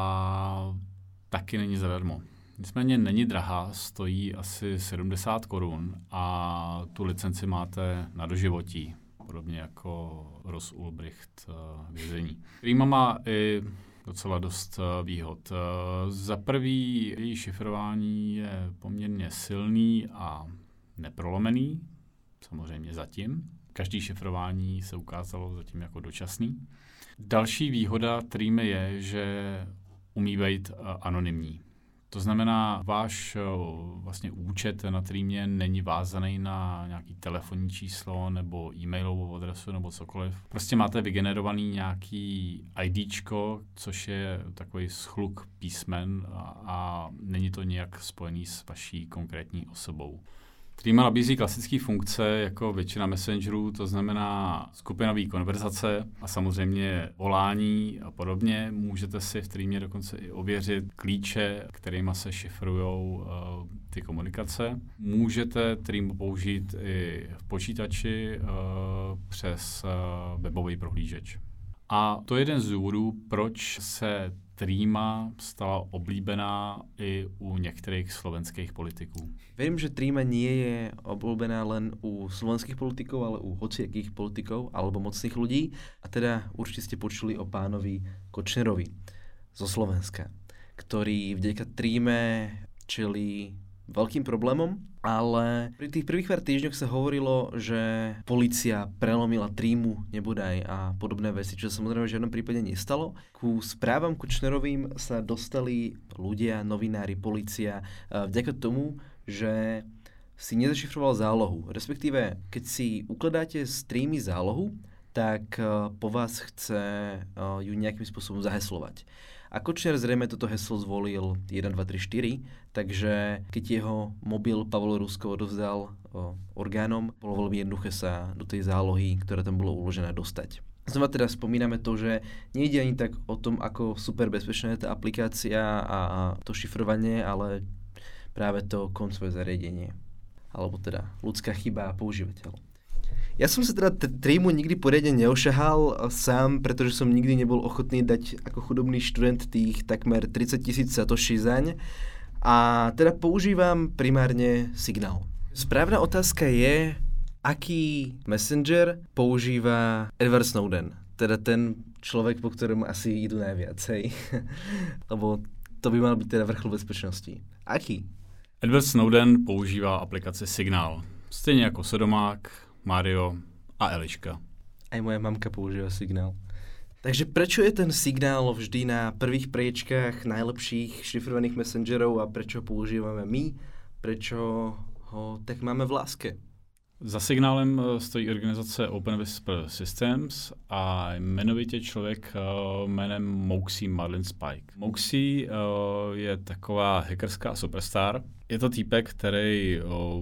S2: a taky není zadarmo. Nicméně není drahá, stojí asi sedmdesát korun a tu licenci máte na doživotí, podobně jako Ross Ulbricht vězení. Threema má i docela dost výhod. Za prvý, její šifrování je poměrně silný a neprolomený, samozřejmě zatím. Každý šifrování se ukázalo zatím jako dočasný. Další výhoda Threemy je, že umí být anonymní. To znamená, váš vlastně účet na Threemě není vázaný na nějaký telefonní číslo nebo e-mailovou adresu nebo cokoliv. Prostě máte vygenerovaný nějaký IDčko, což je takový schluk písmen a, a není to nějak spojený s vaší konkrétní osobou. Threema nabízí klasické funkce jako většina messengerů, to znamená skupinové konverzace a samozřejmě volání a podobně. Můžete si v Threemě dokonce i ověřit klíče, kterými se šifrují uh, ty komunikace. Můžete Threemu použít i v počítači uh, přes uh, webový prohlížeč. A to je jeden z důvodů, proč se Threema stala oblíbená i u některých slovenských politiků.
S3: Verím, že Threema nie je obľúbená len u slovenských politikov, ale u hociakých politikov alebo mocných ľudí. A teda určite ste počuli o pánovi Kočnerovi zo Slovenska, ktorý vďaka Threeme čelí veľkým problémom, ale pri tých prvých pár týždňoch sa hovorilo, že polícia prelomila Threemu nebodaj a podobné veci, čo sa samozrejme v žiadnom prípade nestalo. Ku správam Kočnerovým sa dostali ľudia, novinári, polícia vďaka tomu, že si nezašifroval zálohu. Respektíve, keď si ukladáte z Threemy zálohu, tak po vás chce ju nejakým spôsobom zaheslovať. A Kočner zrejme toto heslo zvolil jeden, dva, tri, štyri, takže keď jeho mobil Pavol Rusko odovzdal o, orgánom, bolo veľmi jednoduché sa do tej zálohy, ktorá tam bolo uložená, dostať. Znova teda spomíname to, že nejde ani tak o tom, ako super bezpečná je tá aplikácia a, a to šifrovanie, ale práve to koncové zariadenie. Alebo teda ľudská chyba používateľ. Ja som sa teda t- trímu nikdy poriadne neošahal sám, pretože som nikdy nebol ochotný dať ako chudobný študent tých takmer tridsať tisíc satoshi zaň. A teda používam primárne Signál. Správna otázka je, aký messenger používa Edward Snowden? Teda ten človek, po ktorom asi idú najviac, hej? Lebo to by mal byť teda vrchol bezpečnosti. Aký?
S2: Edward Snowden používá aplikaci Signál. Stejně jako Sodomák, Mario a Eliška.
S3: Aj moja mamka používa Signál. Takže prečo je ten Signál vždy na prvých priečkách najlepších šifrovaných messengerov a prečo ho používame my? Prečo ho tak máme v láske?
S2: Za Signálem stojí organizace Open Whisper Systems a jmenovitě člověk jménem Moxie Marlin Spike. Moxie je taková hackerská superstar. Je to týpek, který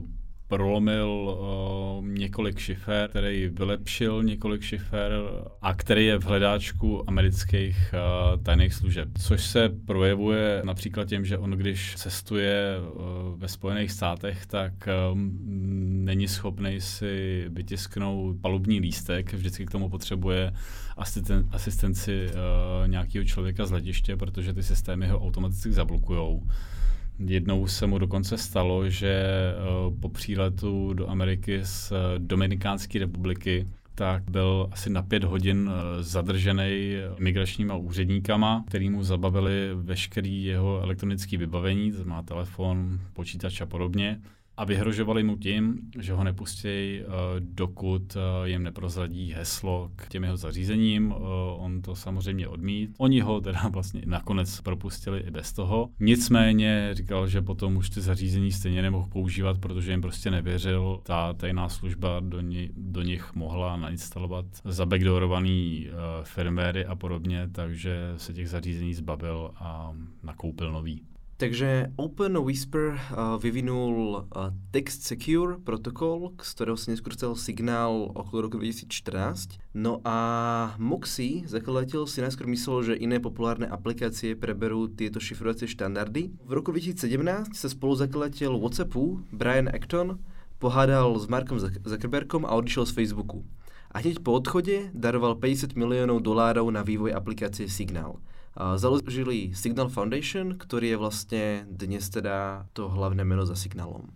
S2: prolomil uh, několik šifer, který vylepšil několik šifer a který je v hledáčku amerických uh, tajných služeb. Což se projevuje například tím, že on, když cestuje uh, ve Spojených státech, tak um, není schopný si vytisknout palubní lístek. Vždycky k tomu potřebuje asisten- asistenci uh, nějakého člověka z letiště, protože ty systémy ho automaticky zablokujou. Jednou se mu dokonce stalo, že uh, po příletu do Ameriky z uh, Dominikánské republiky tak byl asi na pět hodin uh, zadržený imigračníma úředníkama, který mu zabavili veškerý jeho elektronické vybavení, to má telefon, počítač a podobně. A vyhrožovali mu tím, že ho nepustí, dokud jim neprozradí heslo k těm jeho zařízením. On to samozřejmě odmít. Oni ho teda vlastně nakonec propustili i bez toho. Nicméně říkal, že potom už ty zařízení stejně nemohl používat, protože jim prostě nevěřil. Ta tajná služba do, ni, do nich mohla nainstalovat zabackdoorovaný firmwary a podobně, takže se těch zařízení zbavil a nakoupil nový.
S3: Takže Open Whisper uh, vyvinul uh, Text Secure protokol, z ktorého sa neskôr stal Signál okolo roku dvetisícštrnásť. No a Moxie, zakladateľ, si najskôr myslel, že iné populárne aplikácie preberú tieto šifrovacie štandardy. V roku dvetisícsedemnásť sa spoluzakladateľ WhatsAppu, Brian Acton, pohádal s Markom Zuckerbergom a odišiel z Facebooku. A hneď po odchode daroval päťdesiat miliónov dolárov na vývoj aplikácie Signál. Založili Signal Foundation, ktorý je vlastne dnes teda to hlavné meno za Signálom.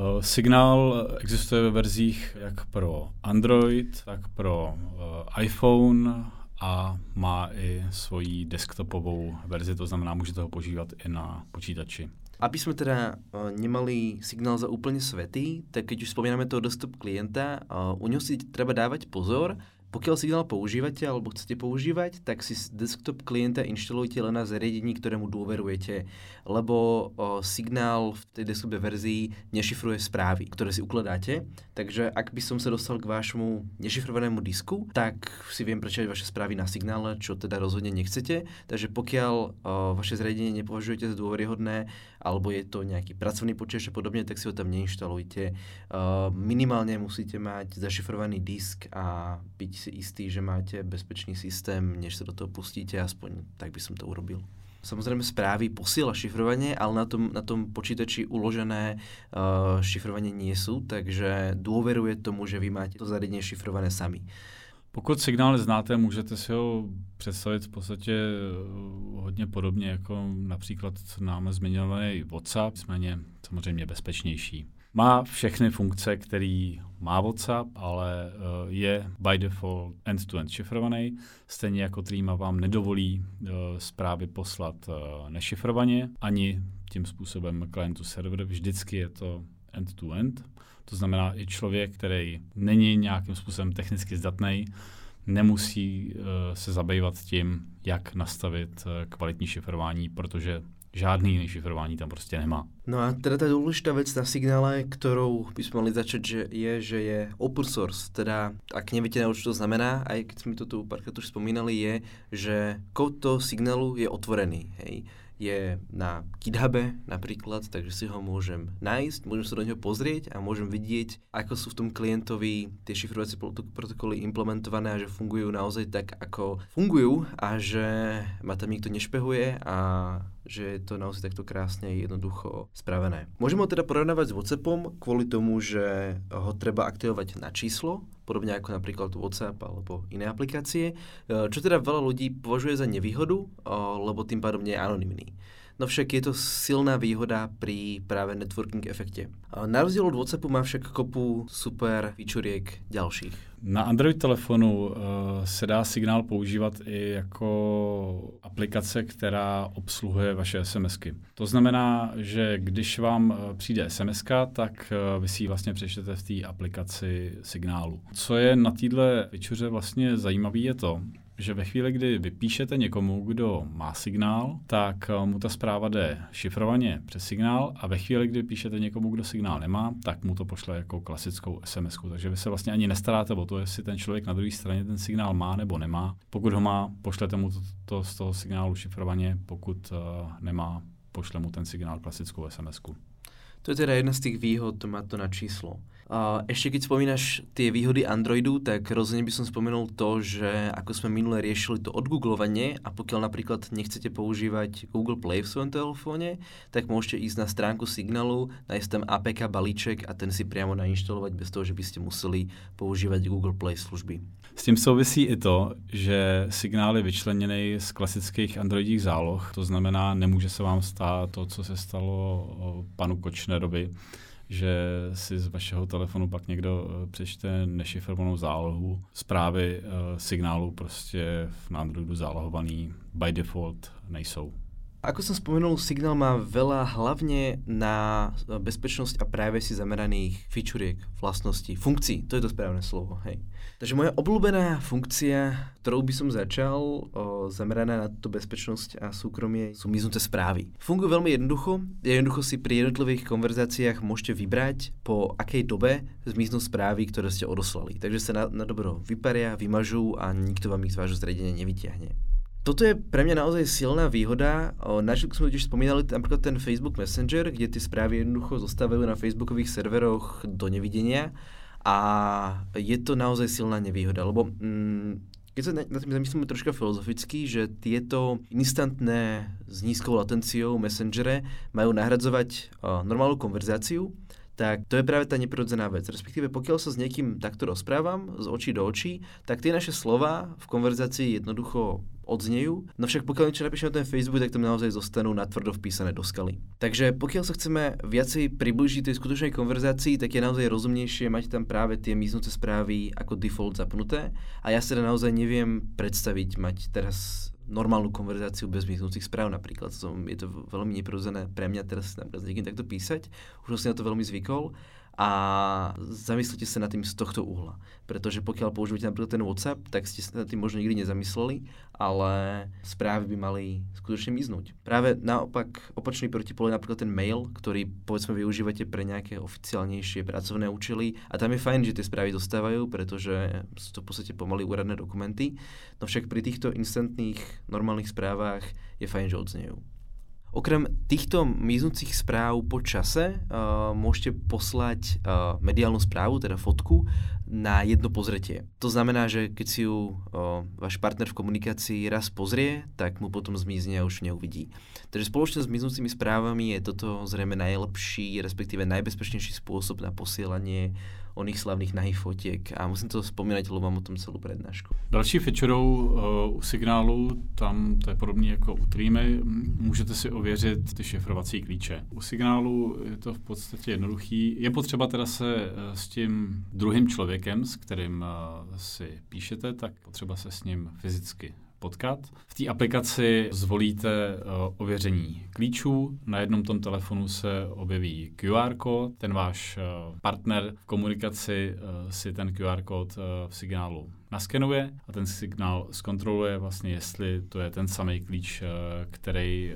S2: Signál existuje ve verzích jak pro Android, tak pro uh, iPhone a má i svoji desktopovou verzi, to znamená, můžete ho používat i na počítači.
S3: Aby sme teda uh, nemali Signál za úplne svätý, tak keď už spomíname toho desktop klienta, uh, u ňoho si treba dávať pozor. Pokiaľ Signál používate alebo chcete používať, tak si desktop klienta inštalujte len na zariadení, ktorému dôverujete, lebo o, Signál v tej desktopovej verzii nešifruje správy, ktoré si ukladáte. Takže ak by som sa dostal k vášmu nešifrovanému disku, tak si viem prečítať vaše správy na Signále, čo teda rozhodne nechcete. Takže pokiaľ o, vaše zariadenie nepovažujete za dôveryhodné, alebo je to nejaký pracovný počítač a podobne, tak si ho tam neinštalujte. O, minimálne musíte mať zašifrovaný disk a byť si istý, že máte bezpečný systém, než sa do toho pustíte, aspoň tak by som to urobil. Samozrejme správy posiela šifrovanie, ale na tom, na tom počítači uložené uh, šifrovanie nie sú, takže dôveruje tomu, že vy máte to zariadenie šifrované sami.
S2: Pokud Signál znáte, můžete si ho představit v podstatě hodně podobně jako například námi zmiňovaný WhatsApp, nicméně samozřejmě bezpečnější. Má všechny funkce, které má WhatsApp, ale je by default end-to-end šifrovaný. Stejně jako Threema vám nedovolí zprávy poslat nešifrovaně, ani tím způsobem klientu server. Vždycky je to end-to-end. To znamená, i člověk, který není nějakým způsobem technicky zdatný, nemusí uh, se zabývat tím, jak nastavit uh, kvalitní šifrování, protože žádný jiný šifrování tam prostě nemá.
S3: No a teda tá dôležitá vec na signále, ktorou by sme mali začať, že je, že je open source. Teda, ak neviete, čo to znamená, aj keď sme to tu párkrát už spomínali, je, že kód toho signálu je otvorený. Hej. Je na GitHube napríklad, takže si ho môžem nájsť, môžem sa do neho pozrieť a môžem vidieť, ako sú v tom klientovi tie šifrovacie protokoly implementované a že fungujú naozaj tak, ako fungujú a že ma tam nikto nešpehuje a že je to naozaj takto krásne jednoducho spravené. Môžeme ho teda porovnávať s WhatsAppom kvôli tomu, že ho treba aktivovať na číslo, podobne ako napríklad WhatsApp alebo iné aplikácie, čo teda veľa ľudí považuje za nevýhodu, lebo tým pádom nie je anonymný. No však je to silná výhoda pri práve networking efekte. Na rozdiel od WhatsAppu má však kopu super featuriek ďalších.
S2: Na Android telefonu uh, se dá signál používat i jako aplikace, která obsluhuje vaše SMSky. To znamená, že když vám uh, přijde SMSka, tak uh, vy si ji vlastně přečtete v té aplikaci signálu. Co je na téhle feature vlastně zajímavé je to, že ve chvíli, kdy vypíšete někomu, kdo má signál, tak mu ta zpráva jde šifrovaně přes signál a ve chvíli, kdy píšete někomu, kdo signál nemá, tak mu to pošle jako klasickou SMSku. Takže vy se vlastně ani nestaráte o to, jestli ten člověk na druhé straně ten signál má nebo nemá. Pokud ho má, pošlete mu to, to z toho signálu šifrovaně, pokud uh, nemá, pošle mu ten signál klasickou SMSku.
S3: To je teda jedna z tých výhod, to má to na číslo. A ešte keď spomínaš tie výhody Androidu, tak rozhodne by som spomenul to, že ako sme minule riešili to odgooglovanie a pokiaľ napríklad nechcete používať Google Play v svojom telefóne, tak môžete ísť na stránku Signalu, nájsť tam á pé ká balíček a ten si priamo nainštalovať bez toho, že by ste museli používať Google Play služby.
S2: S tím souvisí i to, že signál je vyčleněný z klasických androidích záloh, to znamená, nemůže se vám stát to, co se stalo panu Kočnerovi, že si z vašeho telefonu pak někdo přečte nešifrovanou zálohu. Zprávy uh, signálu prostě na Androidu zálohovaný by default nejsou.
S3: Ako som spomenul, Signal má veľa hlavne na bezpečnosť a privacy zameraných featuriek, vlastností, funkcií. To je to správne slovo, hej. Takže moja obľúbená funkcia, ktorou by som začal, o, zameraná na tú bezpečnosť a súkromie, sú miznuté správy. Fungujú veľmi jednoducho. Jednoducho si pri jednotlivých konverzáciách môžete vybrať, po akej dobe zmiznú správy, ktoré ste odoslali. Takže sa na, na dobro vyparia, vymažú a nikto vám ich z vášho zariadenia nevyťahne. Toto je pre mňa naozaj silná výhoda. Na čo sme tiež spomínali napríklad ten Facebook Messenger, kde tie správy jednoducho zostávajú na facebookových serveroch do nevidenia a je to naozaj silná nevýhoda, lebo mm, keď sa na tým zamyslíme troška filozoficky, že tieto instantné s nízkou latenciou messengere majú nahradzovať o, normálnu konverzáciu, tak to je práve tá neprirodzená vec. Respektíve pokiaľ sa s niekým takto rozprávam, z očí do očí, tak tie naše slova v konverzácii jednoducho odznejú. No však pokiaľ niečo napíšeme na ten Facebook, tak tam naozaj zostanú natvrdo vpísané do skaly. Takže pokiaľ sa chceme viacej priblížiť tej skutočnej konverzácii, tak je naozaj rozumnejšie mať tam práve tie miznuté správy ako default zapnuté. A ja sa teda naozaj neviem predstaviť mať teraz normálnu konverzáciu bez miznúcich správ napríklad. Je to veľmi neprirodzené pre mňa teraz napríklad s niekým takto písať. Už som si na to veľmi zvykol a zamyslite sa nad tým z tohto uhla. Pretože pokiaľ používate napríklad ten WhatsApp, tak ste sa nad tým možno nikdy nezamysleli, ale správy by mali skutočne miznúť. Práve naopak opačný protipol je napríklad ten mail, ktorý povedzme využívate pre nejaké oficiálnejšie pracovné účely a tam je fajn, že tie správy zostávajú, pretože sú to v podstate pomaly úradné dokumenty. No však pri týchto instantných normálnych správach je fajn, že odznejú. Okrem týchto miznúcich správ po čase uh, môžete poslať uh, mediálnu správu, teda fotku, na jedno pozretie. To znamená, že keď si ju uh, váš partner v komunikácii raz pozrie, tak mu potom zmizne a už neuvidí. Takže spoločne s miznúcimi správami je toto zrejme najlepší, respektíve najbezpečnejší spôsob na posielanie oných slavných nahých fotiek. A musím to spomínať, lebo mám o tom celú prednášku.
S2: Další featurou uh, u signálu, tam to je podobně jako u Trimy, můžete si ověřit ty šifrovací klíče. U signálu je to v podstatě jednoduchý. Je potřeba teda se uh, s tím druhým člověkem, s kterým uh, si píšete, tak potřeba se s ním fyzicky potkat. V té aplikaci zvolíte uh, ověření klíčů, na jednom tom telefonu se objeví Q R kód, ten váš uh, partner v komunikaci uh, si ten Q R kód uh, v signálu naskenuje a ten signál zkontroluje vlastně, jestli to je ten samý klíč, který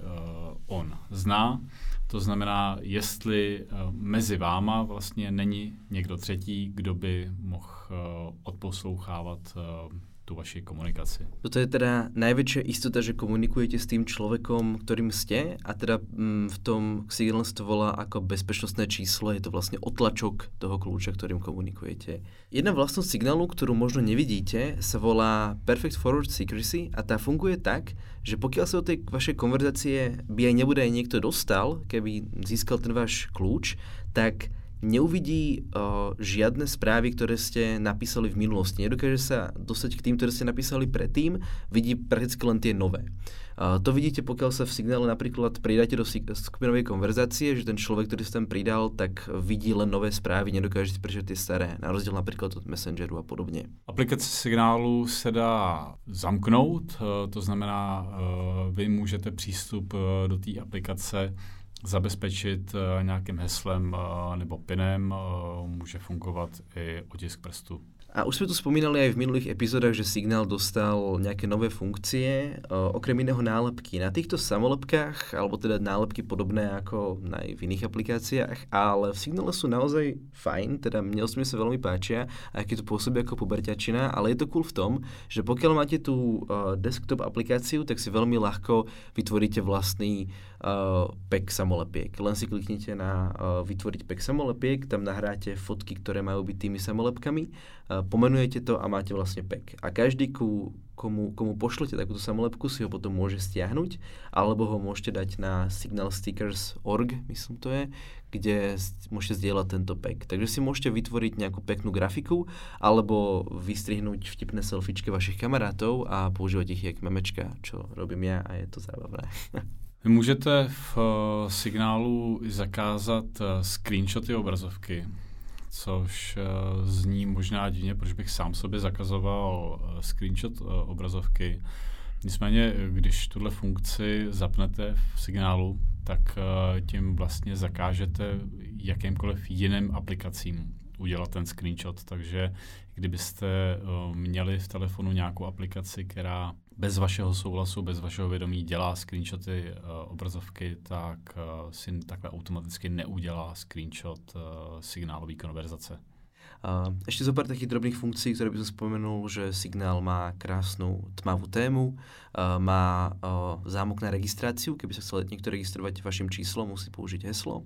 S2: on zná. To znamená, jestli mezi váma vlastně není někdo třetí, kdo by mohl odposlouchávat tú vaši komunikaci.
S3: Toto je teda najväčšia istota, že komunikujete s tým človekom, ktorým ste a teda mm, v tom Signal to volá ako bezpečnostné číslo, je to vlastne otlačok toho kľúča, ktorým komunikujete. Jedna vlastnosť Signalu, ktorú možno nevidíte, sa volá Perfect Forward Secrecy a tá funguje tak, že pokiaľ sa do tej vašej konverzácie by aj nebude aj niekto dostal, keby získal ten váš kľúč, tak neuvidí uh, žiadne správy, ktoré ste napísali v minulosti. Nedokáže sa dostať k tým, ktoré ste napísali predtým, vidí prakticky len tie nové. Uh, to vidíte, pokiaľ sa v Signále napríklad pridáte do skupinovej konverzácie, že ten človek, ktorý sa tam pridal, tak vidí len nové správy, nedokáže si prečítať tie staré, na rozdiel napríklad od Messengeru a podobne.
S2: Aplikace Signálu se dá zamknout, to znamená, vy můžete přístup do té aplikace zabezpečit uh, nějakým heslem uh, nebo pinem, uh, může fungovat i otisk prstu.
S3: A už sme tu spomínali aj v minulých epizódach, že Signál dostal nejaké nové funkcie, o, okrem iného nálepky. Na týchto samolepkách, alebo teda nálepky podobné ako na v iných aplikáciách, ale v Signále sú naozaj fajn, teda mne osobne sa veľmi páčia, aj keď to pôsobí ako puberťačina, ale je to cool v tom, že pokiaľ máte tú uh, desktop aplikáciu, tak si veľmi ľahko vytvoríte vlastný uh, pack samolepiek. Len si kliknite na uh, vytvoriť pack samolepiek, tam nahráte fotky, ktoré majú byť tými samolepkami, uh, pomenujete to a máte vlastne pack. A každý, ku, komu, komu pošlete takúto samolepku, si ho potom môže stiahnuť, alebo ho môžete dať na signal stickers bodka org, myslím to je, kde môžete zdieľať tento pack. Takže si môžete vytvoriť nejakú peknú grafiku, alebo vystrihnúť vtipné selfiečky vašich kamarátov a používať ich jak memečka, čo robím ja a je to zábavné.
S2: Vy můžete v uh, Signálu zakázat uh, screenshoty obrazovky, což uh, zní možná divně, proč bych sám sobě zakazoval uh, screenshot uh, obrazovky. Nicméně, když tuhle funkci zapnete v Signálu, tak uh, tím vlastně zakážete jakýmkoliv jiným aplikacím udělat ten screenshot. Takže kdybyste uh, měli v telefonu nějakou aplikaci, která bez vašeho souhlasu, bez vašeho vědomí dělá screenshoty uh, obrazovky, tak uh, si takhle automaticky neudělá screenshot uh, signálové konverzace.
S3: Uh, ešte zo pár takých drobných funkcií, ktoré by som spomenul, že Signál má krásnu tmavú tému, uh, má uh, zámok na registráciu, keby sa chcel niekto registrovať vašim číslom, musí použiť heslo.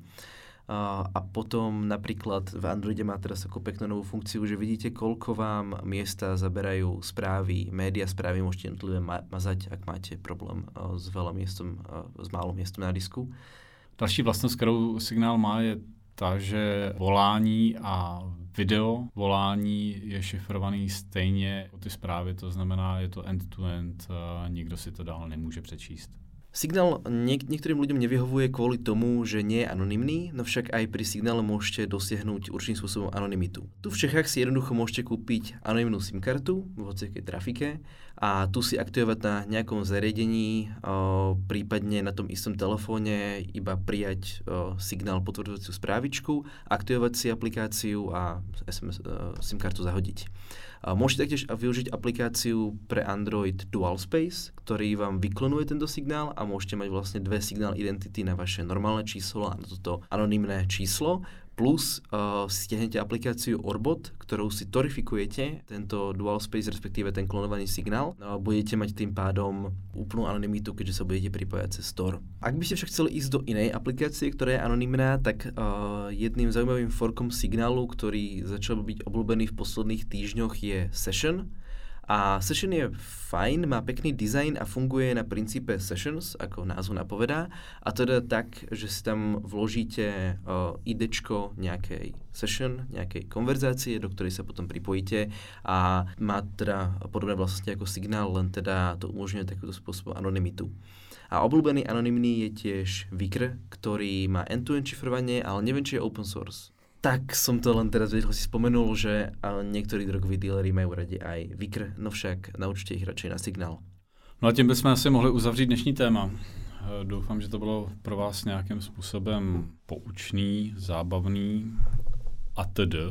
S3: Uh, a potom napríklad v Androide má teraz takú peknú novú funkciu, že vidíte, koľko vám miesta zaberajú správy, média správy, môžete jednotlivé ma- mazať, ak máte problém uh, s veľa miestom, uh, s málo miestom na disku.
S2: Další vlastnost, kterou Signál má, je ta, že volání a video volání je šifrovaný stejně jako ty zprávy, to znamená, je to end-to-end, a nikdo si to dál nemůže přečíst.
S3: Signál niek- niektorým ľuďom nevyhovuje kvôli tomu, že nie je anonymný, no však aj pri Signále môžete dosiahnuť určitým spôsobom anonymitu. Tu v Čechách si jednoducho môžete kúpiť anonymnú SIM kartu v hociakej trafike a tu si aktivovať na nejakom zariadení, o, prípadne na tom istom telefóne iba prijať o, Signál potvrdzujúcu správičku, aktivovať si aplikáciu a es em es, o, SIM kartu zahodiť. Môžete taktiež využiť aplikáciu pre Android DualSpace, ktorý vám vyklonuje tento signál a môžete mať vlastne dve signál identity na vaše normálne číslo a na toto anonymné číslo. Plus uh, stiahnete aplikáciu Orbot, ktorou si torifikujete tento DualSpace, respektíve ten klonovaný signál. Uh, budete mať tým pádom úplnú anonymitu, keďže sa budete pripájať cez Store. Ak by ste však chceli ísť do inej aplikácie, ktorá je anonymná, tak uh, jedným zaujímavým forkom signálu, ktorý začal byť obľúbený v posledných týždňoch, je Session. A Session je fajn, má pekný dizajn a funguje na princípe Sessions, ako názov napovedá. A teda tak, že si tam vložíte uh, idečko nejakej session, nejakej konverzácie, do ktorej sa potom pripojíte a má teda podobné vlastnosti ako Signál, len teda to umožňuje takýmto spôsobom anonymitu. A obľúbený anonymný je tiež Wickr, ktorý má end-to-end šifrovanie, ale neviem, či je open source. Tak som to len teraz vedel si spomenul, že niektorí drogoví díleri majú radi aj Wickr, no však naučte ich radšej na Signál.
S2: No a tím bychom asi mohli uzavřít dnešní téma. Doufám, že to bylo pro vás nějakým způsobem poučný, zábavný a td.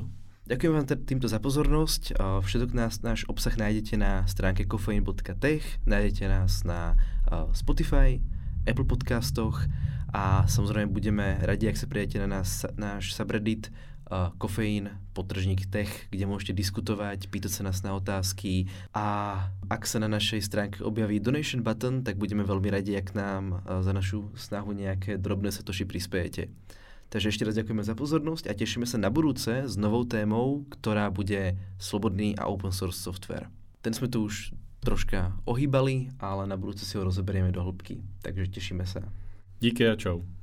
S3: Ďakujem vám týmto za pozornosť. Všetok nás, náš obsah nájdete na stránke kofeín bodka tech, nájdete nás na Spotify, Apple podcastoch a samozrejme budeme radi, ak sa prijete na nás, náš subreddit uh, Kofeín podtržník tech, kde môžete diskutovať, pýtať sa nás na otázky a ak sa na našej stránke objaví donation button, tak budeme veľmi radi, ak nám uh, za našu snahu nejaké drobné satoshi prispiejete. Takže ešte raz ďakujeme za pozornosť a tešíme sa na budúce s novou témou, ktorá bude slobodný a open source software. Ten sme tu už troška ohýbali, ale na budúce si ho rozoberieme do hĺbky. Takže tešíme sa.
S2: Díky a čau.